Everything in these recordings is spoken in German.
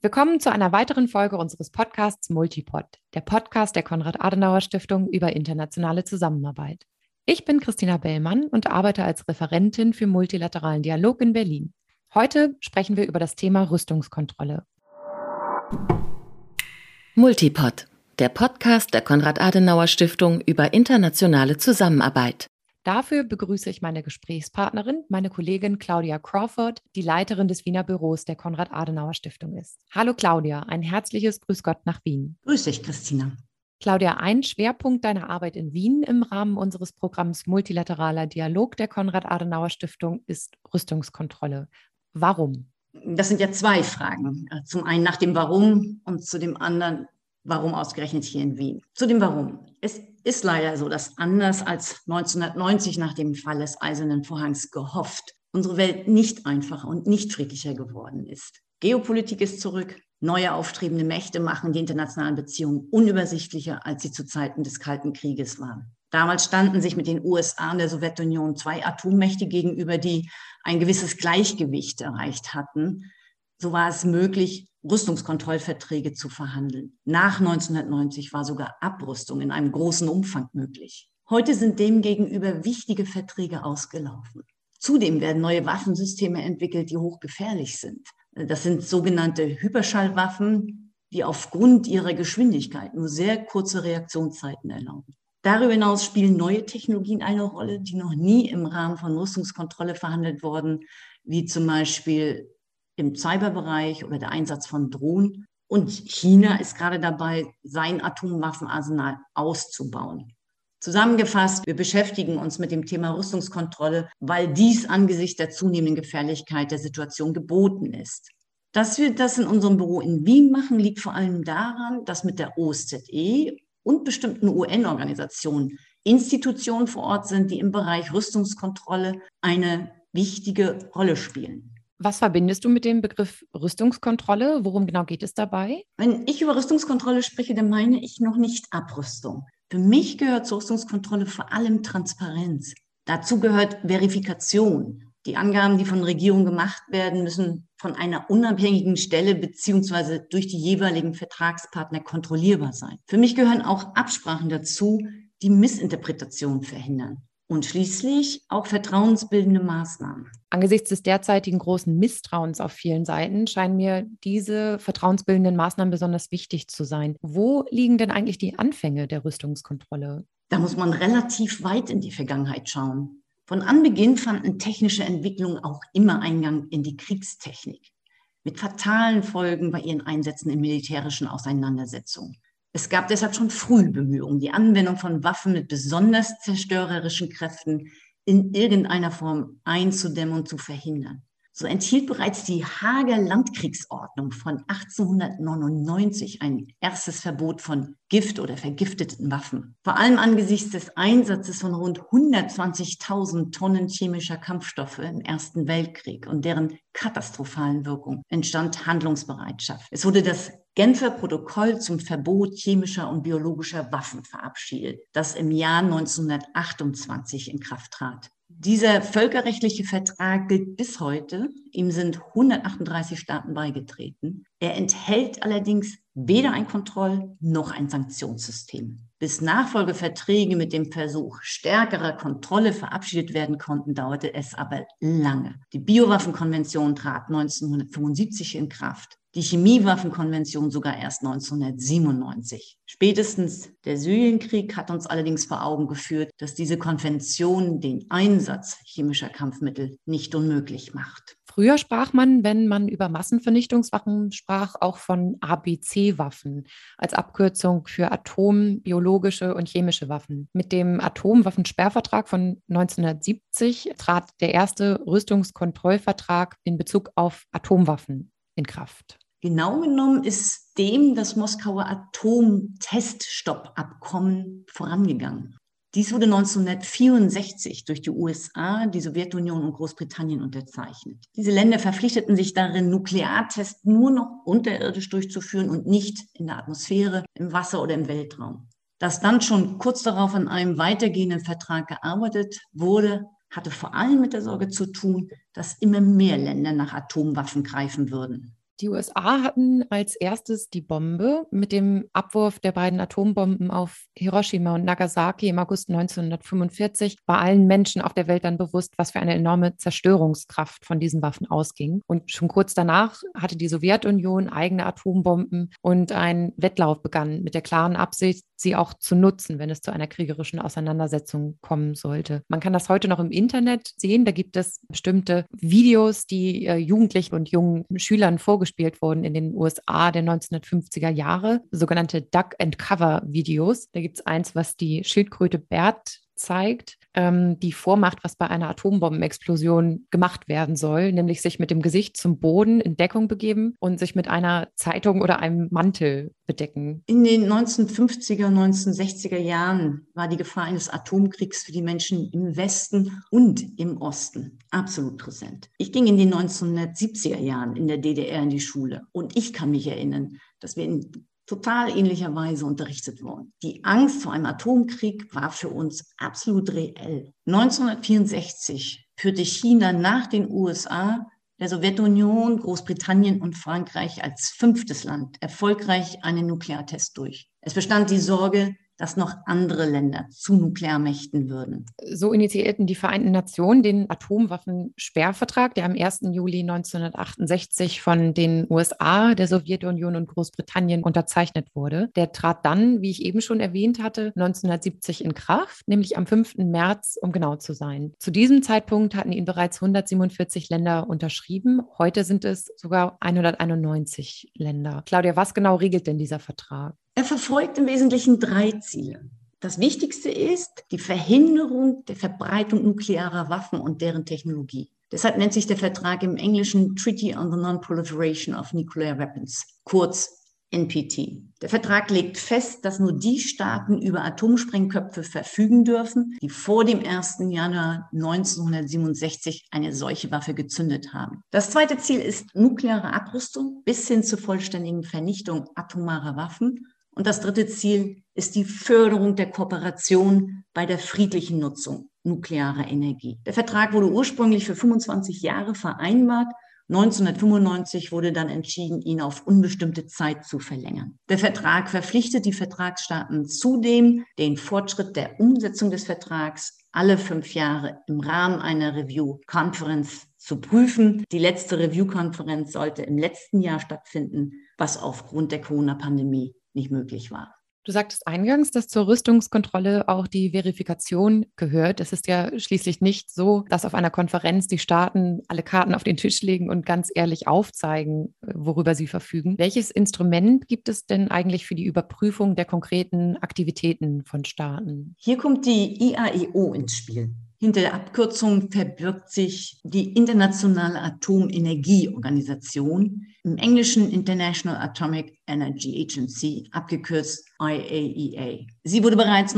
Willkommen zu einer weiteren Folge unseres Podcasts Multipod, der Podcast der Konrad-Adenauer-Stiftung über internationale Zusammenarbeit. Ich bin Christina Bellmann und arbeite als Referentin für multilateralen Dialog in Berlin. Heute sprechen wir über das Thema Rüstungskontrolle. Multipod, der Podcast der Konrad-Adenauer-Stiftung über internationale Zusammenarbeit. Dafür begrüße ich meine Gesprächspartnerin, meine Kollegin Claudia Crawford, die Leiterin des Wiener Büros der Konrad-Adenauer-Stiftung ist. Hallo Claudia, ein herzliches Grüß Gott nach Wien. Grüß dich, Christina. Claudia, ein Schwerpunkt deiner Arbeit in Wien im Rahmen unseres Programms Multilateraler Dialog der Konrad-Adenauer-Stiftung ist Rüstungskontrolle. Warum? Das sind ja zwei Fragen. Zum einen nach dem Warum und zu dem anderen, warum ausgerechnet hier in Wien. Zu dem Warum. Es ist leider so, dass anders als 1990 nach dem Fall des Eisernen Vorhangs gehofft, unsere Welt nicht einfacher und nicht friedlicher geworden ist. Geopolitik ist zurück. Neue aufstrebende Mächte machen die internationalen Beziehungen unübersichtlicher, als sie zu Zeiten des Kalten Krieges waren. Damals standen sich mit den USA und der Sowjetunion zwei Atommächte gegenüber, die ein gewisses Gleichgewicht erreicht hatten. So war es möglich, Rüstungskontrollverträge zu verhandeln. Nach 1990 war sogar Abrüstung in einem großen Umfang möglich. Heute sind demgegenüber wichtige Verträge ausgelaufen. Zudem werden neue Waffensysteme entwickelt, die hochgefährlich sind. Das sind sogenannte Hyperschallwaffen, die aufgrund ihrer Geschwindigkeit nur sehr kurze Reaktionszeiten erlauben. Darüber hinaus spielen neue Technologien eine Rolle, die noch nie im Rahmen von Rüstungskontrolle verhandelt wurden, wie zum Beispiel im Cyberbereich oder der Einsatz von Drohnen. Und China ist gerade dabei, sein Atomwaffenarsenal auszubauen. Zusammengefasst, wir beschäftigen uns mit dem Thema Rüstungskontrolle, weil dies angesichts der zunehmenden Gefährlichkeit der Situation geboten ist. Dass wir das in unserem Büro in Wien machen, liegt vor allem daran, dass mit der OSZE und bestimmten UN-Organisationen Institutionen vor Ort sind, die im Bereich Rüstungskontrolle eine wichtige Rolle spielen. Was verbindest du mit dem Begriff Rüstungskontrolle? Worum genau geht es dabei? Wenn ich über Rüstungskontrolle spreche, dann meine ich noch nicht Abrüstung. Für mich gehört zur Rüstungskontrolle vor allem Transparenz. Dazu gehört Verifikation. Die Angaben, die von Regierungen gemacht werden, müssen von einer unabhängigen Stelle bzw. durch die jeweiligen Vertragspartner kontrollierbar sein. Für mich gehören auch Absprachen dazu, die Missinterpretationen verhindern. Und schließlich auch vertrauensbildende Maßnahmen. Angesichts des derzeitigen großen Misstrauens auf vielen Seiten scheinen mir diese vertrauensbildenden Maßnahmen besonders wichtig zu sein. Wo liegen denn eigentlich die Anfänge der Rüstungskontrolle? Da muss man relativ weit in die Vergangenheit schauen. Von Anbeginn fanden technische Entwicklungen auch immer Eingang in die Kriegstechnik, mit fatalen Folgen bei ihren Einsätzen in militärischen Auseinandersetzungen. Es gab deshalb schon früh Bemühungen, die Anwendung von Waffen mit besonders zerstörerischen Kräften in irgendeiner Form einzudämmen und zu verhindern. So enthielt bereits die Haager Landkriegsordnung von 1899 ein erstes Verbot von Gift- oder vergifteten Waffen. Vor allem angesichts des Einsatzes von rund 120.000 Tonnen chemischer Kampfstoffe im Ersten Weltkrieg und deren katastrophalen Wirkung entstand Handlungsbereitschaft. Es wurde das Genfer Protokoll zum Verbot chemischer und biologischer Waffen verabschiedet, das im Jahr 1928 in Kraft trat. Dieser völkerrechtliche Vertrag gilt bis heute. Ihm sind 138 Staaten beigetreten. Er enthält allerdings weder ein Kontroll- noch ein Sanktionssystem. Bis Nachfolgeverträge mit dem Versuch stärkerer Kontrolle verabschiedet werden konnten, dauerte es aber lange. Die Biowaffenkonvention trat 1975 in Kraft. Die Chemiewaffenkonvention sogar erst 1997. Spätestens der Syrienkrieg hat uns allerdings vor Augen geführt, dass diese Konvention den Einsatz chemischer Kampfmittel nicht unmöglich macht. Früher sprach man, wenn man über Massenvernichtungswaffen sprach, auch von ABC-Waffen als Abkürzung für Atom-, biologische und chemische Waffen. Mit dem Atomwaffensperrvertrag von 1970 trat der erste Rüstungskontrollvertrag in Bezug auf Atomwaffen in Kraft. Genau genommen ist dem das Moskauer Atomteststoppabkommen vorangegangen. Dies wurde 1964 durch die USA, die Sowjetunion und Großbritannien unterzeichnet. Diese Länder verpflichteten sich darin, Nukleartests nur noch unterirdisch durchzuführen und nicht in der Atmosphäre, im Wasser oder im Weltraum. Dass dann schon kurz darauf an einem weitergehenden Vertrag gearbeitet wurde, hatte vor allem mit der Sorge zu tun, dass immer mehr Länder nach Atomwaffen greifen würden. Die USA hatten als erstes die Bombe. Mit dem Abwurf der beiden Atombomben auf Hiroshima und Nagasaki im August 1945 war allen Menschen auf der Welt dann bewusst, was für eine enorme Zerstörungskraft von diesen Waffen ausging. Und schon kurz danach hatte die Sowjetunion eigene Atombomben und ein Wettlauf begann mit der klaren Absicht, sie auch zu nutzen, wenn es zu einer kriegerischen Auseinandersetzung kommen sollte. Man kann das heute noch im Internet sehen. Da gibt es bestimmte Videos, die Jugendlichen und jungen Schülern vorgespielt wurden in den USA der 1950er Jahre, sogenannte Duck-and-Cover-Videos. Da gibt es eins, was die Schildkröte Bert zeigt, die vormacht, was bei einer Atombombenexplosion gemacht werden soll, nämlich sich mit dem Gesicht zum Boden in Deckung begeben und sich mit einer Zeitung oder einem Mantel bedecken. In den 1950er und 1960er Jahren war die Gefahr eines Atomkriegs für die Menschen im Westen und im Osten absolut präsent. Ich ging in den 1970er Jahren in der DDR in die Schule und ich kann mich erinnern, dass wir in total ähnlicher Weise unterrichtet worden. Die Angst vor einem Atomkrieg war für uns absolut reell. 1964 führte China nach den USA, der Sowjetunion, Großbritannien und Frankreich als 5. Land erfolgreich einen Nukleartest durch. Es bestand die Sorge, dass noch andere Länder zu Nuklearmächten würden. So initiierten die Vereinten Nationen den Atomwaffensperrvertrag, der am 1. Juli 1968 von den USA, der Sowjetunion und Großbritannien unterzeichnet wurde. Der trat dann, wie ich eben schon erwähnt hatte, 1970 in Kraft, nämlich am 5. März, um genau zu sein. Zu diesem Zeitpunkt hatten ihn bereits 147 Länder unterschrieben. Heute sind es sogar 191 Länder. Claudia, was genau regelt denn dieser Vertrag? Er verfolgt im Wesentlichen 3 Ziele. Das Wichtigste ist die Verhinderung der Verbreitung nuklearer Waffen und deren Technologie. Deshalb nennt sich der Vertrag im Englischen Treaty on the Non-Proliferation of Nuclear Weapons, kurz NPT. Der Vertrag legt fest, dass nur die Staaten über Atomsprengköpfe verfügen dürfen, die vor dem 1. Januar 1967 eine solche Waffe gezündet haben. Das zweite Ziel ist nukleare Abrüstung bis hin zur vollständigen Vernichtung atomarer Waffen. Und das dritte Ziel ist die Förderung der Kooperation bei der friedlichen Nutzung nuklearer Energie. Der Vertrag wurde ursprünglich für 25 Jahre vereinbart. 1995 wurde dann entschieden, ihn auf unbestimmte Zeit zu verlängern. Der Vertrag verpflichtet die Vertragsstaaten zudem, den Fortschritt der Umsetzung des Vertrags alle 5 Jahre im Rahmen einer Review-Konferenz zu prüfen. Die letzte Review-Konferenz sollte im letzten Jahr stattfinden, was aufgrund der Corona-Pandemie nicht möglich war. Du sagtest eingangs, dass zur Rüstungskontrolle auch die Verifikation gehört. Es ist ja schließlich nicht so, dass auf einer Konferenz die Staaten alle Karten auf den Tisch legen und ganz ehrlich aufzeigen, worüber sie verfügen. Welches Instrument gibt es denn eigentlich für die Überprüfung der konkreten Aktivitäten von Staaten? Hier kommt die IAEO ins Spiel. Hinter der Abkürzung verbirgt sich die Internationale Atomenergieorganisation, im Englischen International Atomic Energy Agency, abgekürzt IAEA. Sie wurde bereits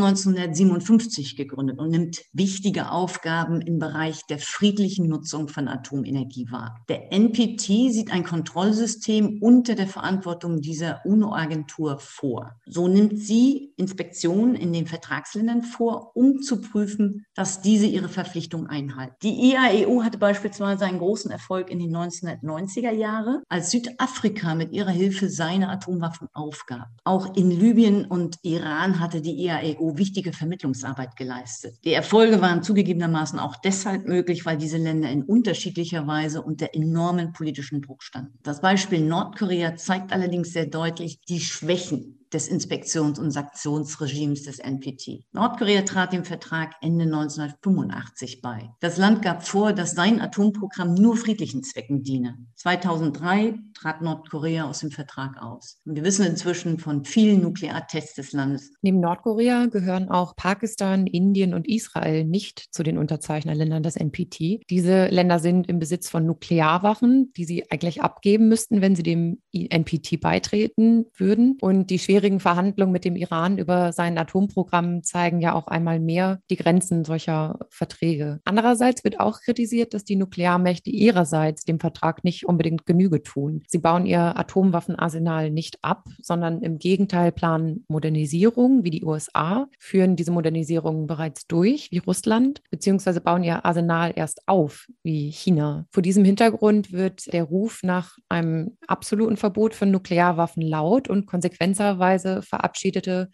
1957 gegründet und nimmt wichtige Aufgaben im Bereich der friedlichen Nutzung von Atomenergie wahr. Der NPT sieht ein Kontrollsystem unter der Verantwortung dieser UNO-Agentur vor. So nimmt sie Inspektionen in den Vertragsländern vor, um zu prüfen, dass diese ihre Verpflichtungen einhalten. Die IAEO hatte beispielsweise einen großen Erfolg in den 1990er Jahren, als Südafrika mit ihrer Hilfe seine Atomwaffen aufgab. Auch in Libyen und Iran hatte die IAEO wichtige Vermittlungsarbeit geleistet. Die Erfolge waren zugegebenermaßen auch deshalb möglich, weil diese Länder in unterschiedlicher Weise unter enormen politischen Druck standen. Das Beispiel Nordkorea zeigt allerdings sehr deutlich die Schwächen des Inspektions- und Sanktionsregimes des NPT. Nordkorea trat dem Vertrag Ende 1985 bei. Das Land gab vor, dass sein Atomprogramm nur friedlichen Zwecken diene. 2003 trat Nordkorea aus dem Vertrag aus. Und wir wissen inzwischen von vielen Nukleartests des Landes. Neben Nordkorea gehören auch Pakistan, Indien und Israel nicht zu den Unterzeichnerländern des NPT. Diese Länder sind im Besitz von Nuklearwaffen, die sie eigentlich abgeben müssten, wenn sie dem NPT beitreten würden. Und die schwere schwierigen Verhandlungen mit dem Iran über sein Atomprogramm zeigen ja auch einmal mehr die Grenzen solcher Verträge. Andererseits wird auch kritisiert, dass die Nuklearmächte ihrerseits dem Vertrag nicht unbedingt Genüge tun. Sie bauen ihr Atomwaffenarsenal nicht ab, sondern im Gegenteil planen Modernisierung wie die USA, führen diese Modernisierung bereits durch wie Russland, beziehungsweise bauen ihr Arsenal erst auf wie China. Vor diesem Hintergrund wird der Ruf nach einem absoluten Verbot von Nuklearwaffen laut und konsequenterweise verabschiedete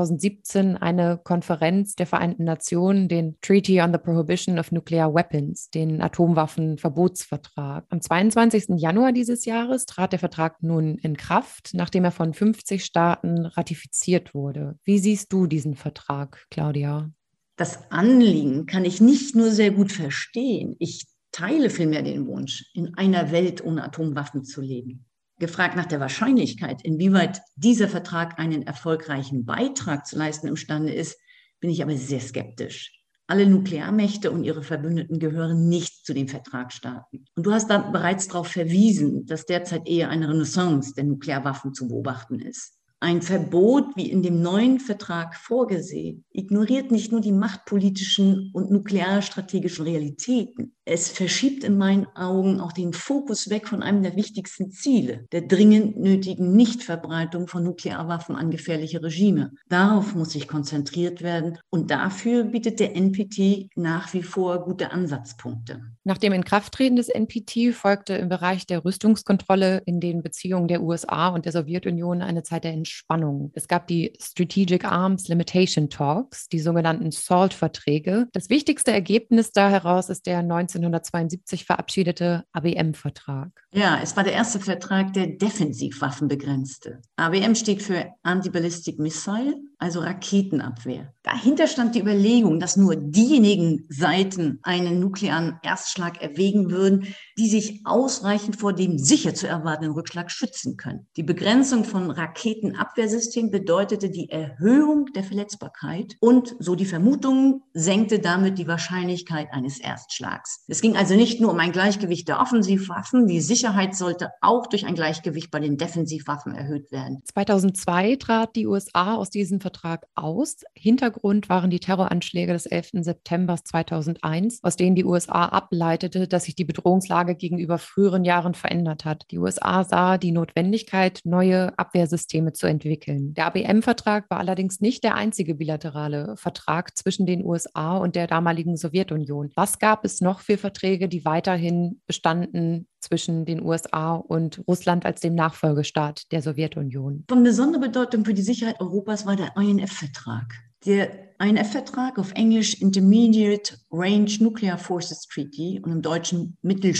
2017 eine Konferenz der Vereinten Nationen den Treaty on the Prohibition of Nuclear Weapons, den Atomwaffenverbotsvertrag. Am 22. Januar dieses Jahres trat der Vertrag nun in Kraft, nachdem er von 50 Staaten ratifiziert wurde. Wie siehst du diesen Vertrag, Claudia? Das Anliegen kann ich nicht nur sehr gut verstehen, ich teile vielmehr den Wunsch, in einer Welt ohne Atomwaffen zu leben. Gefragt nach der Wahrscheinlichkeit, inwieweit dieser Vertrag einen erfolgreichen Beitrag zu leisten imstande ist, bin ich aber sehr skeptisch. Alle Nuklearmächte und ihre Verbündeten gehören nicht zu den Vertragsstaaten. Und du hast da bereits darauf verwiesen, dass derzeit eher eine Renaissance der Nuklearwaffen zu beobachten ist. Ein Verbot, wie in dem neuen Vertrag vorgesehen, ignoriert nicht nur die machtpolitischen und nuklearstrategischen Realitäten. Es verschiebt in meinen Augen auch den Fokus weg von einem der wichtigsten Ziele, der dringend nötigen Nichtverbreitung von Nuklearwaffen an gefährliche Regime. Darauf muss sich konzentriert werden und dafür bietet der NPT nach wie vor gute Ansatzpunkte. Nach dem Inkrafttreten des NPT folgte im Bereich der Rüstungskontrolle in den Beziehungen der USA und der Sowjetunion eine Zeit der Entspannung. Es gab die Strategic Arms Limitation Talks, die sogenannten SALT-Verträge. Das wichtigste Ergebnis da heraus ist der 1972 verabschiedete ABM-Vertrag. Ja, es war der erste Vertrag, der Defensivwaffen begrenzte. ABM steht für Anti-Ballistic Missile, also Raketenabwehr. Dahinter stand die Überlegung, dass nur diejenigen Seiten einen nuklearen Erstschlag erwägen würden, die sich ausreichend vor dem sicher zu erwartenden Rückschlag schützen können. Die Begrenzung von Raketenabwehrsystemen bedeutete die Erhöhung der Verletzbarkeit und, so die Vermutung, senkte damit die Wahrscheinlichkeit eines Erstschlags. Es ging also nicht nur um ein Gleichgewicht der Offensivwaffen, die Sicherheit sollte auch durch ein Gleichgewicht bei den Defensivwaffen erhöht werden. 2002 trat die USA aus diesem Vertrag aus. Hintergrund waren die Terroranschläge des 11. September 2001, aus denen die USA ableitete, dass sich die Bedrohungslage gegenüber früheren Jahren verändert hat. Die USA sah die Notwendigkeit, neue Abwehrsysteme zu entwickeln. Der ABM-Vertrag war allerdings nicht der einzige bilaterale Vertrag zwischen den USA und der damaligen Sowjetunion. Was gab es noch für Verträge, die weiterhin bestanden zwischen den USA und Russland als dem Nachfolgestaat der Sowjetunion? Von besonderer Bedeutung für die Sicherheit Europas war der INF-Vertrag. Der INF-Vertrag, auf Englisch Intermediate Range Nuclear Forces Treaty und im Deutschen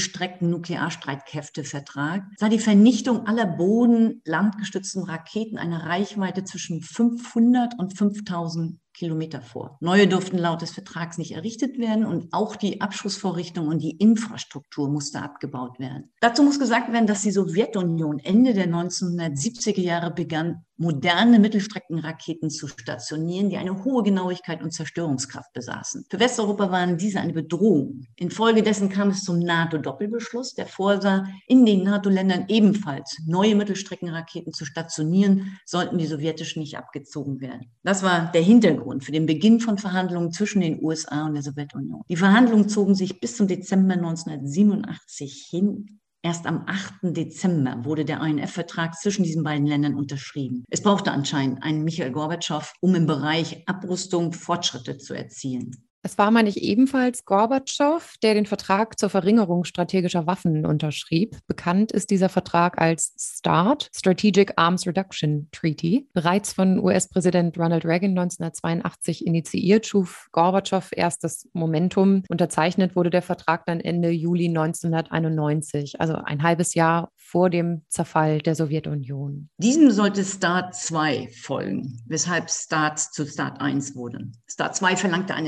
Mittelstrecken-Nuklearstreitkräfte-Vertrag, sah die Vernichtung aller boden-landgestützten Raketen einer Reichweite zwischen 500 und 5000 Kilometer vor. Neue durften laut des Vertrags nicht errichtet werden und auch die Abschussvorrichtung und die Infrastruktur musste abgebaut werden. Dazu muss gesagt werden, dass die Sowjetunion Ende der 1970er Jahre begann, moderne Mittelstreckenraketen zu stationieren, die eine hohe Genauigkeit und Zerstörungskraft besaßen. Für Westeuropa waren diese eine Bedrohung. Infolgedessen kam es zum NATO-Doppelbeschluss, der vorsah, in den NATO-Ländern ebenfalls neue Mittelstreckenraketen zu stationieren, sollten die sowjetischen nicht abgezogen werden. Das war der Hintergrund für den Beginn von Verhandlungen zwischen den USA und der Sowjetunion. Die Verhandlungen zogen sich bis zum Dezember 1987 hin. Erst am 8. Dezember wurde der INF-Vertrag zwischen diesen beiden Ländern unterschrieben. Es brauchte anscheinend einen Michail Gorbatschow, um im Bereich Abrüstung Fortschritte zu erzielen. Es war, meine ich, ebenfalls Gorbatschow, der den Vertrag zur Verringerung strategischer Waffen unterschrieb. Bekannt ist dieser Vertrag als START, Strategic Arms Reduction Treaty. Bereits von US-Präsident Ronald Reagan 1982 initiiert, schuf Gorbatschow erst das Momentum. Unterzeichnet wurde der Vertrag dann Ende Juli 1991, also ein halbes Jahr vor dem Zerfall der Sowjetunion. Diesem sollte START 2 folgen, weshalb START zu START 1 wurde. START 2 verlangte eine Deaktivierung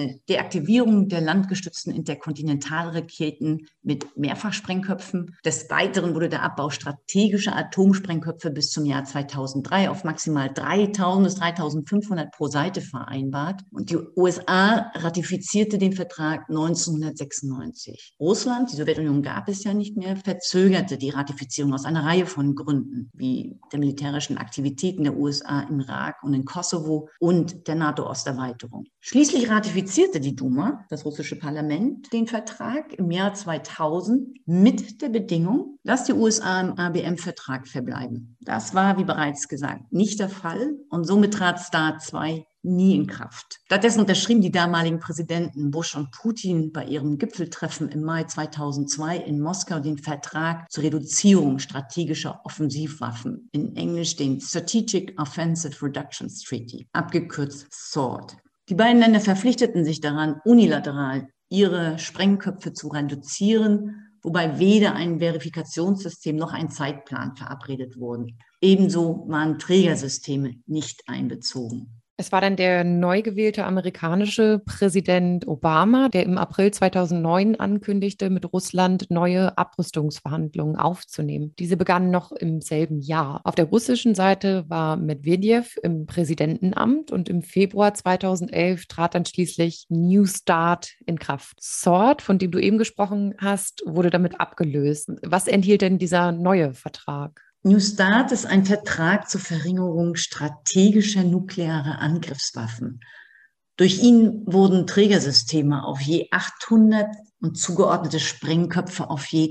Reaktivierung der landgestützten Interkontinentalraketen mit Mehrfachsprengköpfen. Des Weiteren wurde der Abbau strategischer Atomsprengköpfe bis zum Jahr 2003 auf maximal 3.000 bis 3.500 pro Seite vereinbart. Und die USA ratifizierte den Vertrag 1996. Russland, die Sowjetunion gab es ja nicht mehr, verzögerte die Ratifizierung aus einer Reihe von Gründen, wie der militärischen Aktivitäten der USA im Irak und in Kosovo und der NATO-Osterweiterung. Schließlich ratifizierte die Duma, das russische Parlament, den Vertrag im Jahr 2000 mit der Bedingung, dass die USA im ABM-Vertrag verbleiben. Das war, wie bereits gesagt, nicht der Fall und somit trat START II nie in Kraft. Stattdessen unterschrieben die damaligen Präsidenten Bush und Putin bei ihrem Gipfeltreffen im Mai 2002 in Moskau den Vertrag zur Reduzierung strategischer Offensivwaffen, in Englisch den Strategic Offensive Reductions Treaty, abgekürzt SWORD. Die beiden Länder verpflichteten sich daran, unilateral ihre Sprengköpfe zu reduzieren, wobei weder ein Verifikationssystem noch ein Zeitplan verabredet wurden. Ebenso waren Trägersysteme nicht einbezogen. Es war dann der neu gewählte amerikanische Präsident Obama, der im April 2009 ankündigte, mit Russland neue Abrüstungsverhandlungen aufzunehmen. Diese begannen noch im selben Jahr. Auf der russischen Seite war Medwedew im Präsidentenamt und im Februar 2011 trat dann schließlich New START in Kraft. SWORD, von dem du eben gesprochen hast, wurde damit abgelöst. Was enthielt denn dieser neue Vertrag? New START ist ein Vertrag zur Verringerung strategischer nuklearer Angriffswaffen. Durch ihn wurden Trägersysteme auf je 800 und zugeordnete Sprengköpfe auf je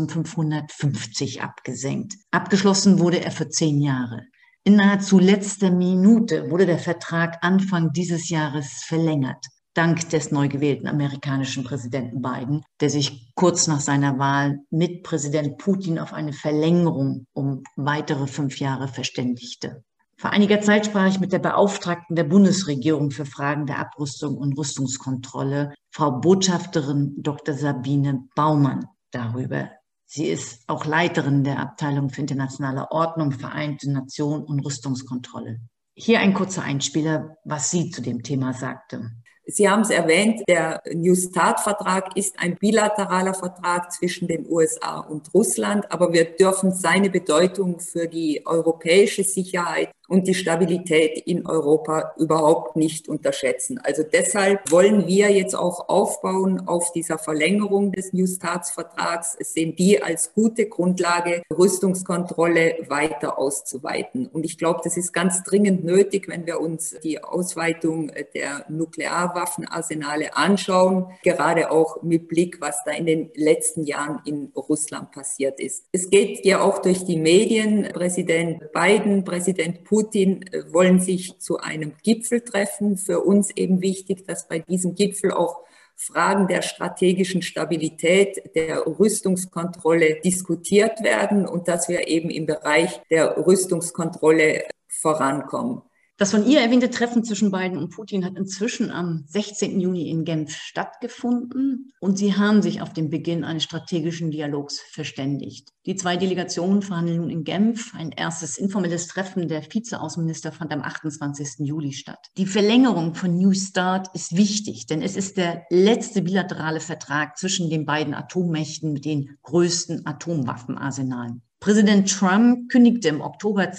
1550 abgesenkt. Abgeschlossen wurde er für 10 Jahre. In nahezu letzter Minute wurde der Vertrag Anfang dieses Jahres verlängert, dank des neu gewählten amerikanischen Präsidenten Biden, der sich kurz nach seiner Wahl mit Präsident Putin auf eine Verlängerung um weitere 5 Jahre verständigte. Vor einiger Zeit sprach ich mit der Beauftragten der Bundesregierung für Fragen der Abrüstung und Rüstungskontrolle, Frau Botschafterin Dr. Sabine Baumann, darüber. Sie ist auch Leiterin der Abteilung für internationale Ordnung, Vereinte Nationen und Rüstungskontrolle. Hier ein kurzer Einspieler, was sie zu dem Thema sagte. Sie haben es erwähnt, der New START-Vertrag ist ein bilateraler Vertrag zwischen den USA und Russland, aber wir dürfen seine Bedeutung für die europäische Sicherheit und die Stabilität in Europa überhaupt nicht unterschätzen. Also deshalb wollen wir jetzt auch aufbauen auf dieser Verlängerung des New START-Vertrags, sehen die als gute Grundlage, Rüstungskontrolle weiter auszuweiten. Und ich glaube, das ist ganz dringend nötig, wenn wir uns die Ausweitung der Nuklearwaffenarsenale anschauen, gerade auch mit Blick, was da in den letzten Jahren in Russland passiert ist. Es geht ja auch durch die Medien, Präsident Biden, Präsident Putin wollen sich zu einem Gipfel treffen. Für uns eben wichtig, dass bei diesem Gipfel auch Fragen der strategischen Stabilität, der Rüstungskontrolle diskutiert werden und dass wir eben im Bereich der Rüstungskontrolle vorankommen. Das von ihr erwähnte Treffen zwischen Biden und Putin hat inzwischen am 16. Juni in Genf stattgefunden und sie haben sich auf den Beginn eines strategischen Dialogs verständigt. Die 2 Delegationen verhandeln nun in Genf. Ein erstes informelles Treffen der Vizeaußenminister fand am 28. Juli statt. Die Verlängerung von New START ist wichtig, denn es ist der letzte bilaterale Vertrag zwischen den beiden Atommächten mit den größten Atomwaffenarsenalen. Präsident Trump kündigte im Oktober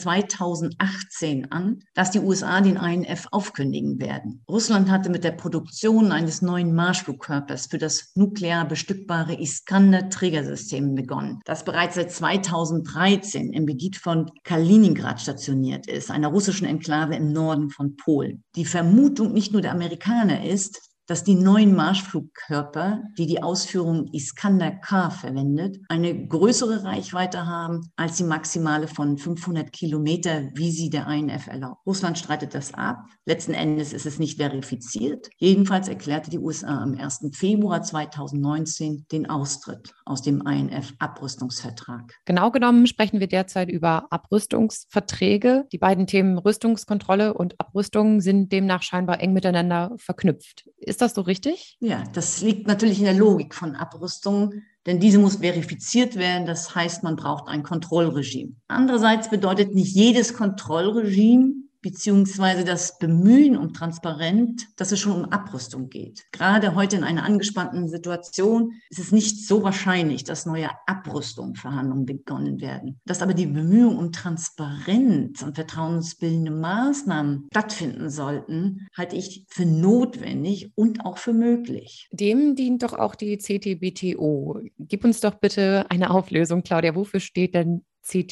2018 an, dass die USA den INF aufkündigen werden. Russland hatte mit der Produktion eines neuen Marschflugkörpers für das nuklear bestückbare Iskander-Trägersystem begonnen, das bereits seit 2013 im Gebiet von Kaliningrad stationiert ist, einer russischen Enklave im Norden von Polen. Die Vermutung nicht nur der Amerikaner ist, dass die neuen Marschflugkörper, die die Ausführung Iskander-K verwendet, eine größere Reichweite haben als die maximale von 500 Kilometer, wie sie der INF erlaubt. Russland streitet das ab. Letzten Endes ist es nicht verifiziert. Jedenfalls erklärte die USA am 1. Februar 2019 den Austritt aus dem INF-Abrüstungsvertrag. Genau genommen sprechen wir derzeit über Abrüstungsverträge. Die beiden Themen Rüstungskontrolle und Abrüstung sind demnach scheinbar eng miteinander verknüpft. Ist das so richtig? Ja, das liegt natürlich in der Logik von Abrüstung, denn diese muss verifiziert werden. Das heißt, man braucht ein Kontrollregime. Andererseits bedeutet nicht jedes Kontrollregime beziehungsweise das Bemühen um Transparenz, dass es schon um Abrüstung geht. Gerade heute in einer angespannten Situation ist es nicht so wahrscheinlich, dass neue Abrüstungsverhandlungen begonnen werden. Dass aber die Bemühungen um Transparenz und vertrauensbildende Maßnahmen stattfinden sollten, halte ich für notwendig und auch für möglich. Dem dient doch auch die CTBTO. Gib uns doch bitte eine Auflösung, Claudia. Wofür steht denn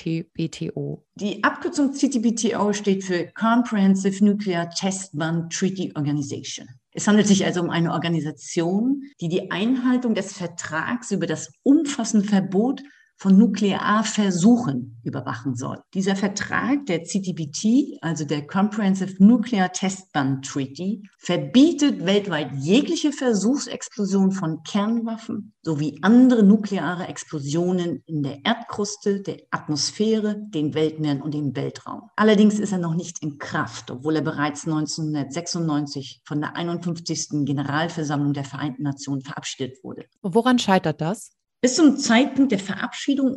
CTBTO? Die Abkürzung CTBTO steht für Comprehensive Nuclear Test Ban Treaty Organization. Es handelt sich also um eine Organisation, die die Einhaltung des Vertrags über das umfassende Verbot von Nuklearversuchen überwachen soll. Dieser Vertrag, der CTBT, also der Comprehensive Nuclear Test Ban Treaty, verbietet weltweit jegliche Versuchsexplosion von Kernwaffen sowie andere nukleare Explosionen in der Erdkruste, der Atmosphäre, den Weltmeeren und dem Weltraum. Allerdings ist er noch nicht in Kraft, obwohl er bereits 1996 von der 51. Generalversammlung der Vereinten Nationen verabschiedet wurde. Woran scheitert das? Bis zum Zeitpunkt der Verabschiedung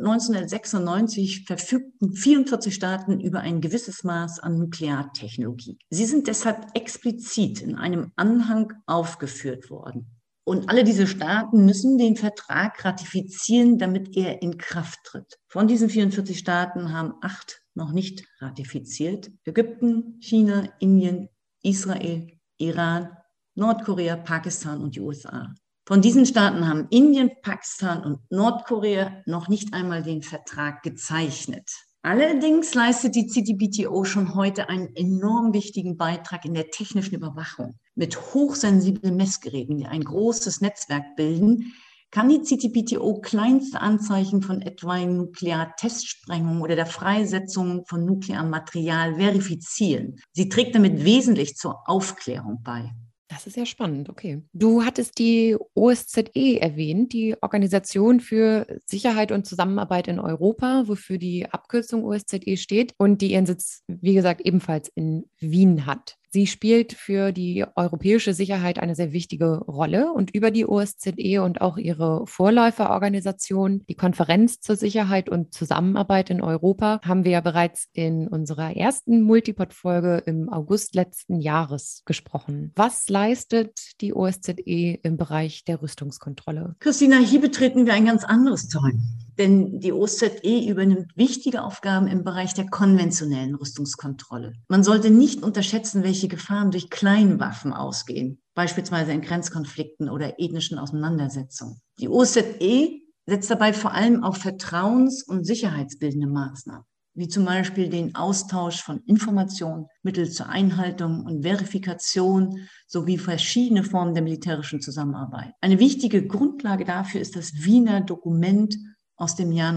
1996 verfügten 44 Staaten über ein gewisses Maß an Nukleartechnologie. Sie sind deshalb explizit in einem Anhang aufgeführt worden. Und alle diese Staaten müssen den Vertrag ratifizieren, damit er in Kraft tritt. Von diesen 44 Staaten haben 8 noch nicht ratifiziert. Ägypten, China, Indien, Israel, Iran, Nordkorea, Pakistan und die USA. Von diesen Staaten haben Indien, Pakistan und Nordkorea noch nicht einmal den Vertrag gezeichnet. Allerdings leistet die CTBTO schon heute einen enorm wichtigen Beitrag in der technischen Überwachung. Mit hochsensiblen Messgeräten, die ein großes Netzwerk bilden, kann die CTBTO kleinste Anzeichen von etwaigen Nukleartestsprengungen oder der Freisetzung von nuklearem Material verifizieren. Sie trägt damit wesentlich zur Aufklärung bei. Das ist ja spannend, okay. Du hattest die OSZE erwähnt, die Organisation für Sicherheit und Zusammenarbeit in Europa, wofür die Abkürzung OSZE steht und die ihren Sitz, wie gesagt, ebenfalls in Wien hat. Sie spielt für die europäische Sicherheit eine sehr wichtige Rolle und über die OSZE und auch ihre Vorläuferorganisation, die Konferenz zur Sicherheit und Zusammenarbeit in Europa, haben wir ja bereits in unserer ersten Multipod-Folge im August letzten Jahres gesprochen. Was leistet die OSZE im Bereich der Rüstungskontrolle? Christina, hier betreten wir ein ganz anderes Terrain. Denn die OSZE übernimmt wichtige Aufgaben im Bereich der konventionellen Rüstungskontrolle. Man sollte nicht unterschätzen, welche Gefahren durch Kleinwaffen ausgehen, beispielsweise in Grenzkonflikten oder ethnischen Auseinandersetzungen. Die OSZE setzt dabei vor allem auf vertrauens- und sicherheitsbildende Maßnahmen, wie zum Beispiel den Austausch von Informationen mittels zur Einhaltung und Verifikation sowie verschiedene Formen der militärischen Zusammenarbeit. Eine wichtige Grundlage dafür ist das Wiener Dokument aus dem Jahr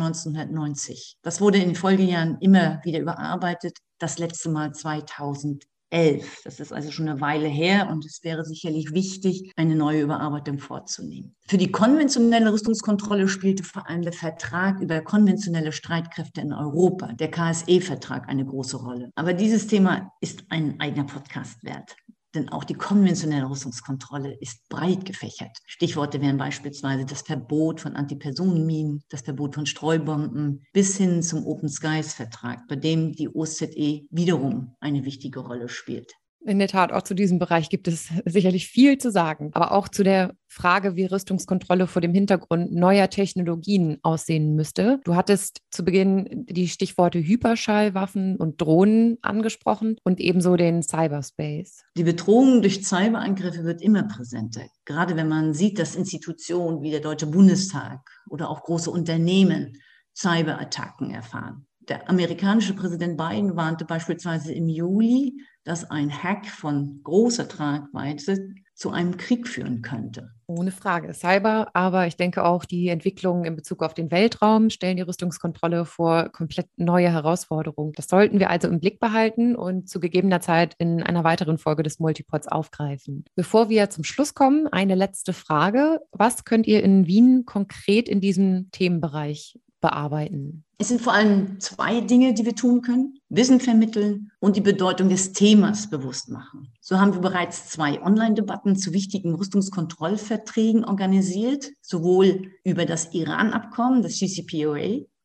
1990. Das wurde in den Folgejahren immer wieder überarbeitet, das letzte Mal 2011. Das ist also schon eine Weile her und es wäre sicherlich wichtig, eine neue Überarbeitung vorzunehmen. Für die konventionelle Rüstungskontrolle spielte vor allem der Vertrag über konventionelle Streitkräfte in Europa, der KSE-Vertrag, eine große Rolle. Aber dieses Thema ist ein eigener Podcast wert. Denn auch die konventionelle Rüstungskontrolle ist breit gefächert. Stichworte wären beispielsweise das Verbot von Antipersonenminen, das Verbot von Streubomben bis hin zum Open Skies-Vertrag, bei dem die OSZE wiederum eine wichtige Rolle spielt. In der Tat, auch zu diesem Bereich gibt es sicherlich viel zu sagen, aber auch zu der Frage, wie Rüstungskontrolle vor dem Hintergrund neuer Technologien aussehen müsste. Du hattest zu Beginn die Stichworte Hyperschallwaffen und Drohnen angesprochen und ebenso den Cyberspace. Die Bedrohung durch Cyberangriffe wird immer präsenter, gerade wenn man sieht, dass Institutionen wie der Deutsche Bundestag oder auch große Unternehmen Cyberattacken erfahren. Der amerikanische Präsident Biden warnte beispielsweise im Juli, dass ein Hack von großer Tragweite zu einem Krieg führen könnte. Ohne Frage. Cyber, aber ich denke auch die Entwicklungen in Bezug auf den Weltraum stellen die Rüstungskontrolle vor komplett neue Herausforderungen. Das sollten wir also im Blick behalten und zu gegebener Zeit in einer weiteren Folge des Multipods aufgreifen. Bevor wir zum Schluss kommen, eine letzte Frage. Was könnt ihr in Wien konkret in diesem Themenbereich bearbeiten? Es sind vor allem 2 Dinge, die wir tun können. Wissen vermitteln und die Bedeutung des Themas bewusst machen. So haben wir bereits 2 Online-Debatten zu wichtigen Rüstungskontrollverträgen organisiert, sowohl über das Iran-Abkommen, das JCPOA,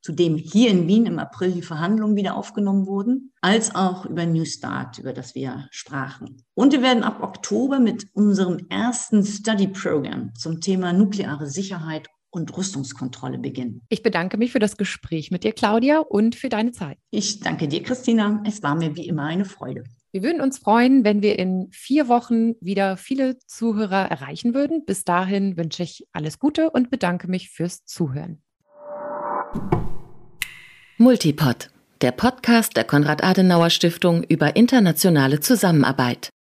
zu dem hier in Wien im April die Verhandlungen wieder aufgenommen wurden, als auch über New START, über das wir sprachen. Und wir werden ab Oktober mit unserem ersten Study-Programm zum Thema nukleare Sicherheit und Rüstungskontrolle beginnen. Ich bedanke mich für das Gespräch mit dir, Claudia, und für deine Zeit. Ich danke dir, Christina. Es war mir wie immer eine Freude. Wir würden uns freuen, wenn wir in 4 Wochen wieder viele Zuhörer erreichen würden. Bis dahin wünsche ich alles Gute und bedanke mich fürs Zuhören. Multipod, der Podcast der Konrad-Adenauer-Stiftung über internationale Zusammenarbeit.